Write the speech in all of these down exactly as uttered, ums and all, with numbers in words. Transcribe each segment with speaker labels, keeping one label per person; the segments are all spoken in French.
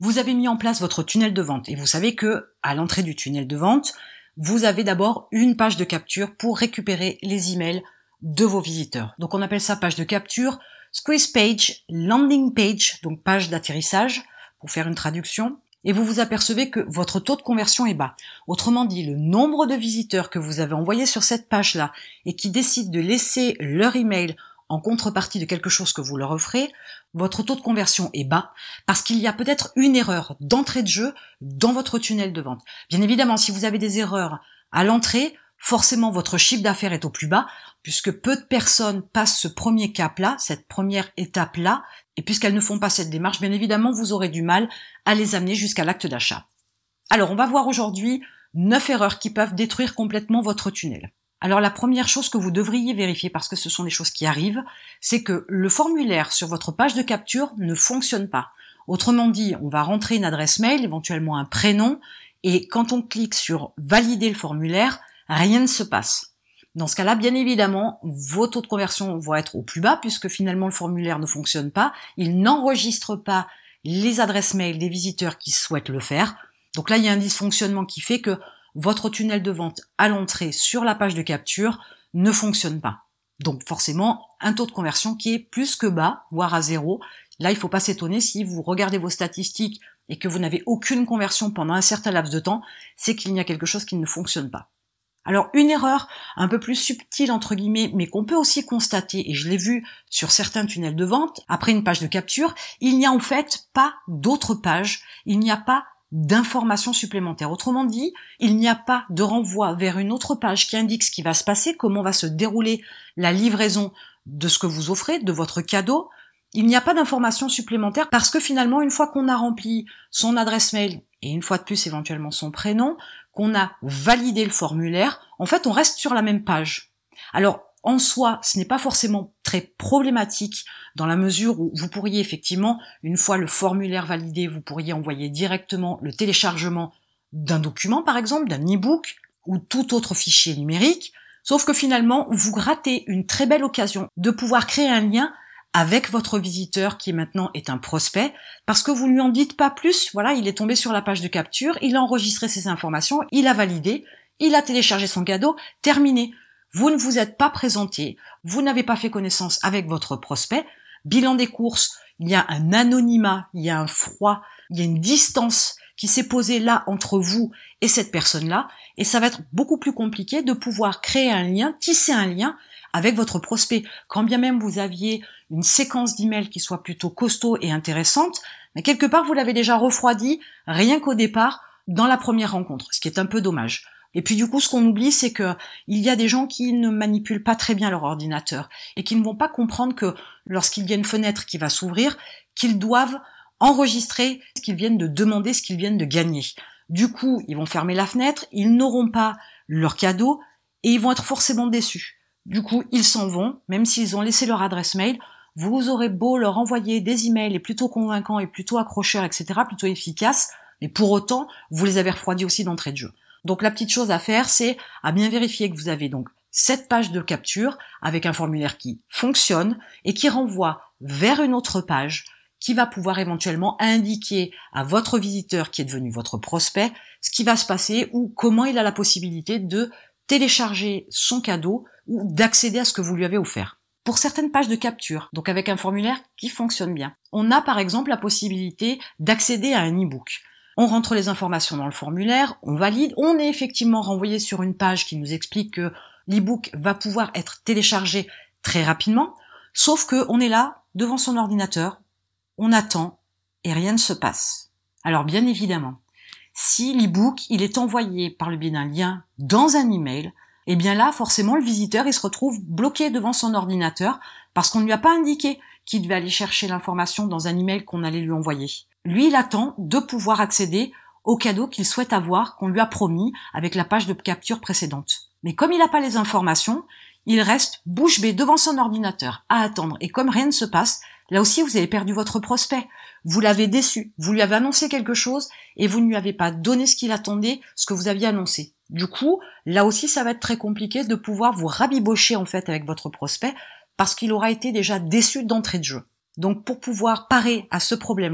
Speaker 1: Vous avez mis en place votre tunnel de vente et vous savez que à l'entrée du tunnel de vente, vous avez d'abord une page de capture pour récupérer les emails de vos visiteurs. Donc on appelle ça page de capture, squeeze page, landing page, donc page d'atterrissage pour faire une traduction. Et vous vous apercevez que votre taux de conversion est bas. Autrement dit, le nombre de visiteurs que vous avez envoyés sur cette page-là et qui décident de laisser leur email en contrepartie de quelque chose que vous leur offrez, votre taux de conversion est bas parce qu'il y a peut-être une erreur d'entrée de jeu dans votre tunnel de vente. Bien évidemment, si vous avez des erreurs à l'entrée, forcément votre chiffre d'affaires est au plus bas puisque peu de personnes passent ce premier cap-là, cette première étape-là, et puisqu'elles ne font pas cette démarche, bien évidemment, vous aurez du mal à les amener jusqu'à l'acte d'achat. Alors, on va voir aujourd'hui neuf erreurs qui peuvent détruire complètement votre tunnel. Alors la première chose que vous devriez vérifier, parce que ce sont des choses qui arrivent, c'est que le formulaire sur votre page de capture ne fonctionne pas. Autrement dit, on va rentrer une adresse mail, éventuellement un prénom, et quand on clique sur « Valider le formulaire », rien ne se passe. Dans ce cas-là, bien évidemment, vos taux de conversion vont être au plus bas, puisque finalement le formulaire ne fonctionne pas, il n'enregistre pas les adresses mail des visiteurs qui souhaitent le faire. Donc là, il y a un dysfonctionnement qui fait que votre tunnel de vente à l'entrée sur la page de capture ne fonctionne pas. Donc forcément, un taux de conversion qui est plus que bas, voire à zéro. Là, il ne faut pas s'étonner si vous regardez vos statistiques et que vous n'avez aucune conversion pendant un certain laps de temps, c'est qu'il y a quelque chose qui ne fonctionne pas. Alors une erreur un peu plus subtile entre guillemets, mais qu'on peut aussi constater, et je l'ai vu sur certains tunnels de vente, après une page de capture, il n'y a en fait pas d'autres pages, il n'y a pas d'informations supplémentaires. Autrement dit, il n'y a pas de renvoi vers une autre page qui indique ce qui va se passer, comment va se dérouler la livraison de ce que vous offrez, de votre cadeau. Il n'y a pas d'informations supplémentaires parce que finalement, une fois qu'on a rempli son adresse mail et une fois de plus éventuellement son prénom, qu'on a validé le formulaire, en fait, on reste sur la même page. Alors, en soi, ce n'est pas forcément très problématique dans la mesure où vous pourriez effectivement, une fois le formulaire validé, vous pourriez envoyer directement le téléchargement d'un document, par exemple, d'un e-book ou tout autre fichier numérique, sauf que finalement, vous ratez une très belle occasion de pouvoir créer un lien avec votre visiteur qui maintenant est un prospect, parce que vous ne lui en dites pas plus, voilà, il est tombé sur la page de capture, il a enregistré ses informations, il a validé, il a téléchargé son cadeau, terminé. Vous ne vous êtes pas présenté, vous n'avez pas fait connaissance avec votre prospect, bilan des courses, il y a un anonymat, il y a un froid, il y a une distance qui s'est posée là entre vous et cette personne-là, et ça va être beaucoup plus compliqué de pouvoir créer un lien, tisser un lien avec votre prospect. Quand bien même vous aviez une séquence d'emails qui soit plutôt costaud et intéressante, mais quelque part vous l'avez déjà refroidi rien qu'au départ dans la première rencontre, ce qui est un peu dommage. Et puis du coup, ce qu'on oublie, c'est que il y a des gens qui ne manipulent pas très bien leur ordinateur et qui ne vont pas comprendre que lorsqu'il y a une fenêtre qui va s'ouvrir, qu'ils doivent enregistrer ce qu'ils viennent de demander, ce qu'ils viennent de gagner. Du coup, ils vont fermer la fenêtre, ils n'auront pas leur cadeau et ils vont être forcément déçus. Du coup, ils s'en vont, même s'ils ont laissé leur adresse mail. Vous aurez beau leur envoyer des emails plutôt convaincants et plutôt accrocheurs, et cetera, plutôt efficaces, mais pour autant, vous les avez refroidis aussi d'entrée de jeu. Donc la petite chose à faire, c'est à bien vérifier que vous avez donc cette page de capture avec un formulaire qui fonctionne et qui renvoie vers une autre page qui va pouvoir éventuellement indiquer à votre visiteur qui est devenu votre prospect ce qui va se passer ou comment il a la possibilité de télécharger son cadeau ou d'accéder à ce que vous lui avez offert. Pour certaines pages de capture, donc avec un formulaire qui fonctionne bien, on a par exemple la possibilité d'accéder à un e-book. On rentre les informations dans le formulaire, on valide, on est effectivement renvoyé sur une page qui nous explique que l'e-book va pouvoir être téléchargé très rapidement, sauf que on est là, devant son ordinateur, on attend et rien ne se passe. Alors bien évidemment, si l'e-book il est envoyé par le biais d'un lien dans un email, eh bien là, forcément, le visiteur il se retrouve bloqué devant son ordinateur parce qu'on ne lui a pas indiqué qu'il devait aller chercher l'information dans un email qu'on allait lui envoyer. Lui, il attend de pouvoir accéder au cadeau qu'il souhaite avoir, qu'on lui a promis avec la page de capture précédente. Mais comme il n'a pas les informations, il reste bouche bée devant son ordinateur à attendre. Et comme rien ne se passe, là aussi, vous avez perdu votre prospect. Vous l'avez déçu, vous lui avez annoncé quelque chose et vous ne lui avez pas donné ce qu'il attendait, ce que vous aviez annoncé. Du coup, là aussi, ça va être très compliqué de pouvoir vous rabibocher en fait avec votre prospect parce qu'il aura été déjà déçu d'entrée de jeu. Donc, pour pouvoir parer à ce problème-là,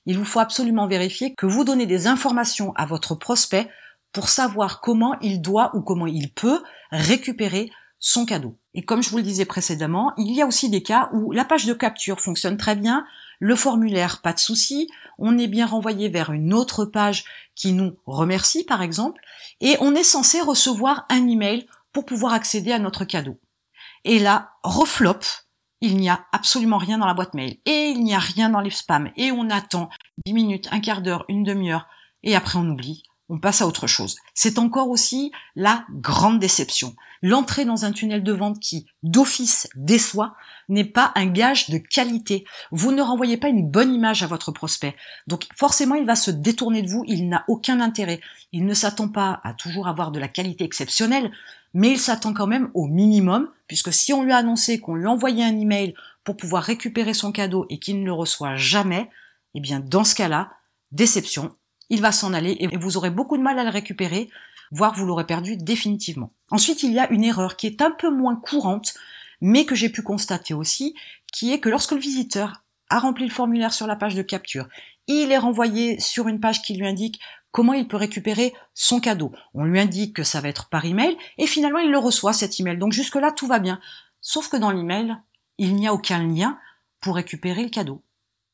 Speaker 1: Il vous faut absolument vérifier que vous donnez des informations à votre prospect pour savoir comment il doit ou comment il peut récupérer son cadeau. Et comme je vous le disais précédemment, il y a aussi des cas où la page de capture fonctionne très bien, le formulaire, pas de souci, on est bien renvoyé vers une autre page qui nous remercie par exemple, et on est censé recevoir un email pour pouvoir accéder à notre cadeau. Et là, reflop, il n'y a absolument rien dans la boîte mail, et il n'y a rien dans les spams, et on attend dix minutes, un quart d'heure, une demi-heure, et après on oublie. On passe à autre chose. C'est encore aussi la grande déception. L'entrée dans un tunnel de vente qui, d'office, déçoit, n'est pas un gage de qualité. Vous ne renvoyez pas une bonne image à votre prospect. Donc forcément, il va se détourner de vous, il n'a aucun intérêt. Il ne s'attend pas à toujours avoir de la qualité exceptionnelle, mais il s'attend quand même au minimum, puisque si on lui a annoncé qu'on lui envoyait un email pour pouvoir récupérer son cadeau et qu'il ne le reçoit jamais, eh bien dans ce cas-là, déception. Il va s'en aller et vous aurez beaucoup de mal à le récupérer, voire vous l'aurez perdu définitivement. Ensuite, il y a une erreur qui est un peu moins courante, mais que j'ai pu constater aussi, qui est que lorsque le visiteur a rempli le formulaire sur la page de capture, il est renvoyé sur une page qui lui indique comment il peut récupérer son cadeau. On lui indique que ça va être par email et finalement il le reçoit cet email. Donc jusque-là, tout va bien. Sauf que dans l'email, il n'y a aucun lien pour récupérer le cadeau.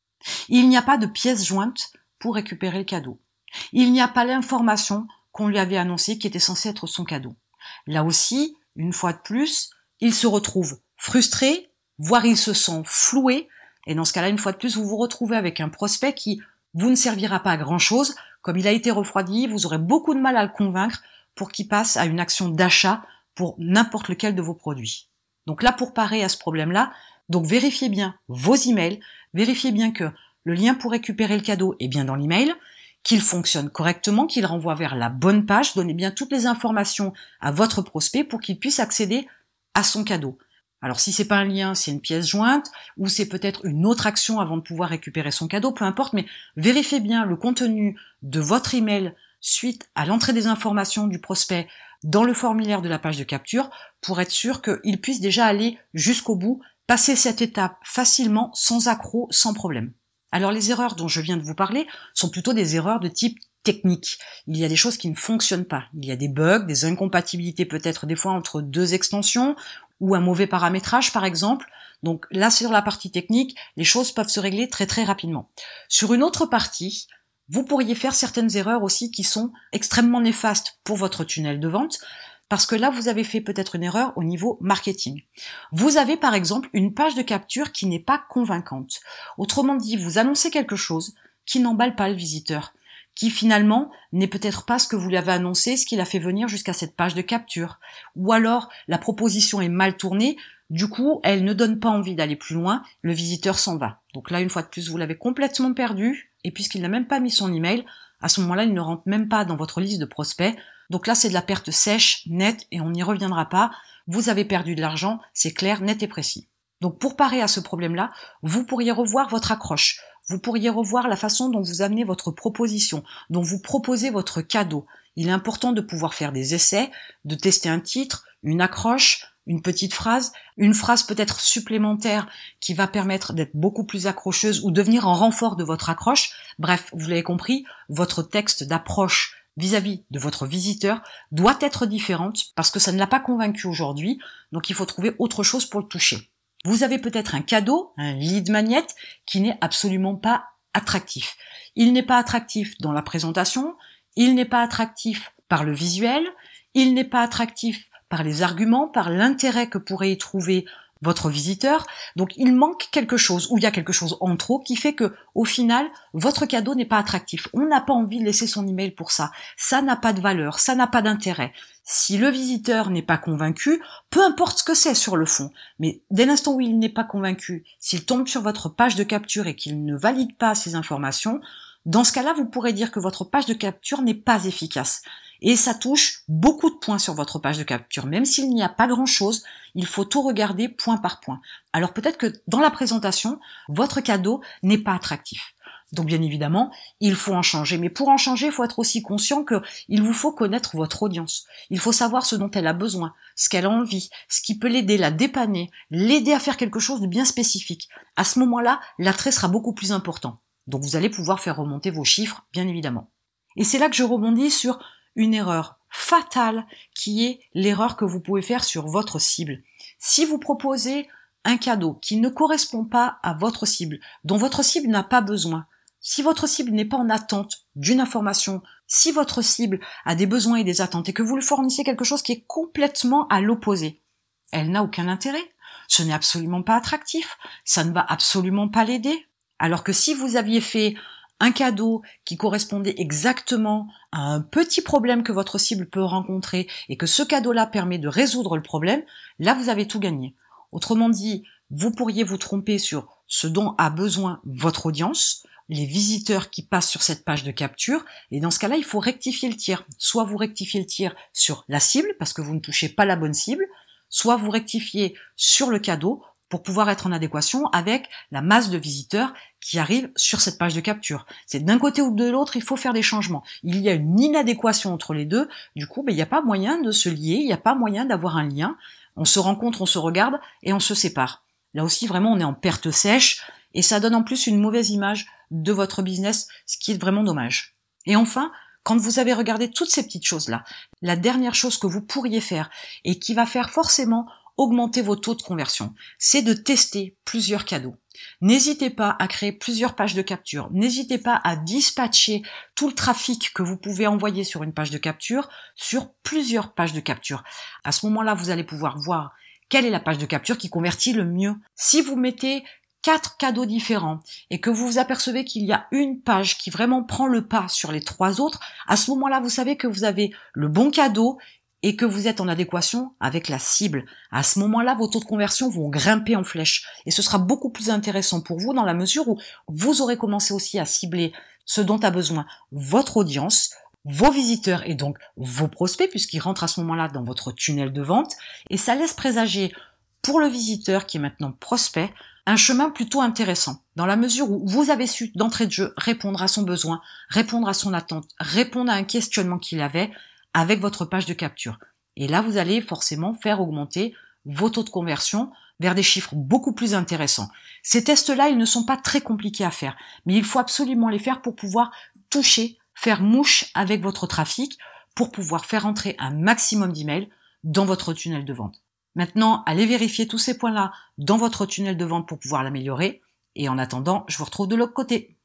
Speaker 1: Il n'y a pas de pièce jointe pour récupérer le cadeau. Il n'y a pas l'information qu'on lui avait annoncée qui était censée être son cadeau. Là aussi, une fois de plus, il se retrouve frustré, voire il se sent floué, et dans ce cas-là, une fois de plus, vous vous retrouvez avec un prospect qui vous ne servira pas à grand-chose, comme il a été refroidi, vous aurez beaucoup de mal à le convaincre pour qu'il passe à une action d'achat pour n'importe lequel de vos produits. Donc là, pour parer à ce problème-là, donc vérifiez bien vos emails, vérifiez bien que le lien pour récupérer le cadeau est bien dans l'email, qu'il fonctionne correctement, qu'il renvoie vers la bonne page, donnez bien toutes les informations à votre prospect pour qu'il puisse accéder à son cadeau. Alors si c'est pas un lien, c'est une pièce jointe, ou c'est peut-être une autre action avant de pouvoir récupérer son cadeau, peu importe, mais vérifiez bien le contenu de votre email suite à l'entrée des informations du prospect dans le formulaire de la page de capture pour être sûr qu'il puisse déjà aller jusqu'au bout, passer cette étape facilement, sans accroc, sans problème. Alors les erreurs dont je viens de vous parler sont plutôt des erreurs de type technique. Il y a des choses qui ne fonctionnent pas. Il y a des bugs, des incompatibilités peut-être des fois entre deux extensions ou un mauvais paramétrage par exemple. Donc là, sur la partie technique, les choses peuvent se régler très très rapidement. Sur une autre partie, vous pourriez faire certaines erreurs aussi qui sont extrêmement néfastes pour votre tunnel de vente. Parce que là, vous avez fait peut-être une erreur au niveau marketing. Vous avez par exemple une page de capture qui n'est pas convaincante. Autrement dit, vous annoncez quelque chose qui n'emballe pas le visiteur, qui finalement n'est peut-être pas ce que vous lui avez annoncé, ce qui l'a fait venir jusqu'à cette page de capture. Ou alors, la proposition est mal tournée, du coup, elle ne donne pas envie d'aller plus loin, le visiteur s'en va. Donc là, une fois de plus, vous l'avez complètement perdu, et puisqu'il n'a même pas mis son email, à ce moment-là, il ne rentre même pas dans votre liste de prospects. Donc là, c'est de la perte sèche, nette, et on n'y reviendra pas. Vous avez perdu de l'argent, c'est clair, net et précis. Donc pour parer à ce problème-là, vous pourriez revoir votre accroche. Vous pourriez revoir la façon dont vous amenez votre proposition, dont vous proposez votre cadeau. Il est important de pouvoir faire des essais, de tester un titre, une accroche, une petite phrase, une phrase peut-être supplémentaire qui va permettre d'être beaucoup plus accrocheuse ou de venir en renfort de votre accroche. Bref, vous l'avez compris, votre texte d'approche vis-à-vis de votre visiteur doit être différente parce que ça ne l'a pas convaincu aujourd'hui, donc il faut trouver autre chose pour le toucher. Vous avez peut-être un cadeau, un lead magnet, qui n'est absolument pas attractif. Il n'est pas attractif dans la présentation, il n'est pas attractif par le visuel, il n'est pas attractif par les arguments, par l'intérêt que pourrait y trouver votre visiteur. Donc il manque quelque chose, ou il y a quelque chose en trop qui fait que, au final, votre cadeau n'est pas attractif. On n'a pas envie de laisser son email pour ça. Ça n'a pas de valeur, ça n'a pas d'intérêt. Si le visiteur n'est pas convaincu, peu importe ce que c'est sur le fond, mais dès l'instant où il n'est pas convaincu, s'il tombe sur votre page de capture et qu'il ne valide pas ces informations, dans ce cas-là, vous pourrez dire que votre page de capture n'est pas efficace. Et ça touche beaucoup de points sur votre page de capture. Même s'il n'y a pas grand-chose, il faut tout regarder point par point. Alors peut-être que dans la présentation, votre cadeau n'est pas attractif. Donc bien évidemment, il faut en changer. Mais pour en changer, il faut être aussi conscient qu'il vous faut connaître votre audience. Il faut savoir ce dont elle a besoin, ce qu'elle a envie, ce qui peut l'aider, la dépanner, l'aider à faire quelque chose de bien spécifique. À ce moment-là, l'attrait sera beaucoup plus important. Donc vous allez pouvoir faire remonter vos chiffres, bien évidemment. Et c'est là que je rebondis sur une erreur fatale qui est l'erreur que vous pouvez faire sur votre cible. Si vous proposez un cadeau qui ne correspond pas à votre cible, dont votre cible n'a pas besoin, si votre cible n'est pas en attente d'une information, si votre cible a des besoins et des attentes et que vous lui fournissez quelque chose qui est complètement à l'opposé, elle n'a aucun intérêt. Ce n'est absolument pas attractif. Ça ne va absolument pas l'aider. Alors que si vous aviez fait un cadeau qui correspondait exactement à un petit problème que votre cible peut rencontrer et que ce cadeau-là permet de résoudre le problème, là vous avez tout gagné. Autrement dit, vous pourriez vous tromper sur ce dont a besoin votre audience, les visiteurs qui passent sur cette page de capture, et dans ce cas-là, il faut rectifier le tir. Soit vous rectifiez le tir sur la cible, parce que vous ne touchez pas la bonne cible, soit vous rectifiez sur le cadeau pour pouvoir être en adéquation avec la masse de visiteurs qui arrivent sur cette page de capture. C'est d'un côté ou de l'autre, il faut faire des changements. Il y a une inadéquation entre les deux, du coup, ben, il n'y a pas moyen de se lier, il n'y a pas moyen d'avoir un lien. On se rencontre, on se regarde et on se sépare. Là aussi, vraiment, on est en perte sèche et ça donne en plus une mauvaise image de votre business, ce qui est vraiment dommage. Et enfin, quand vous avez regardé toutes ces petites choses-là, la dernière chose que vous pourriez faire et qui va faire forcément augmenter vos taux de conversion, c'est de tester plusieurs cadeaux. N'hésitez pas à créer plusieurs pages de capture. N'hésitez pas à dispatcher tout le trafic que vous pouvez envoyer sur une page de capture sur plusieurs pages de capture. À ce moment-là, vous allez pouvoir voir quelle est la page de capture qui convertit le mieux. Si vous mettez quatre cadeaux différents et que vous vous apercevez qu'il y a une page qui vraiment prend le pas sur les trois autres, à ce moment-là, vous savez que vous avez le bon cadeau et que vous êtes en adéquation avec la cible. À ce moment-là, vos taux de conversion vont grimper en flèche et ce sera beaucoup plus intéressant pour vous dans la mesure où vous aurez commencé aussi à cibler ce dont a besoin votre audience, vos visiteurs et donc vos prospects puisqu'ils rentrent à ce moment-là dans votre tunnel de vente et ça laisse présager pour le visiteur qui est maintenant prospect un chemin plutôt intéressant, dans la mesure où vous avez su d'entrée de jeu répondre à son besoin, répondre à son attente, répondre à un questionnement qu'il avait avec votre page de capture. Et là, vous allez forcément faire augmenter vos taux de conversion vers des chiffres beaucoup plus intéressants. Ces tests-là, ils ne sont pas très compliqués à faire, mais il faut absolument les faire pour pouvoir toucher, faire mouche avec votre trafic, pour pouvoir faire entrer un maximum d'emails dans votre tunnel de vente. Maintenant, allez vérifier tous ces points-là dans votre tunnel de vente pour pouvoir l'améliorer. Et en attendant, je vous retrouve de l'autre côté.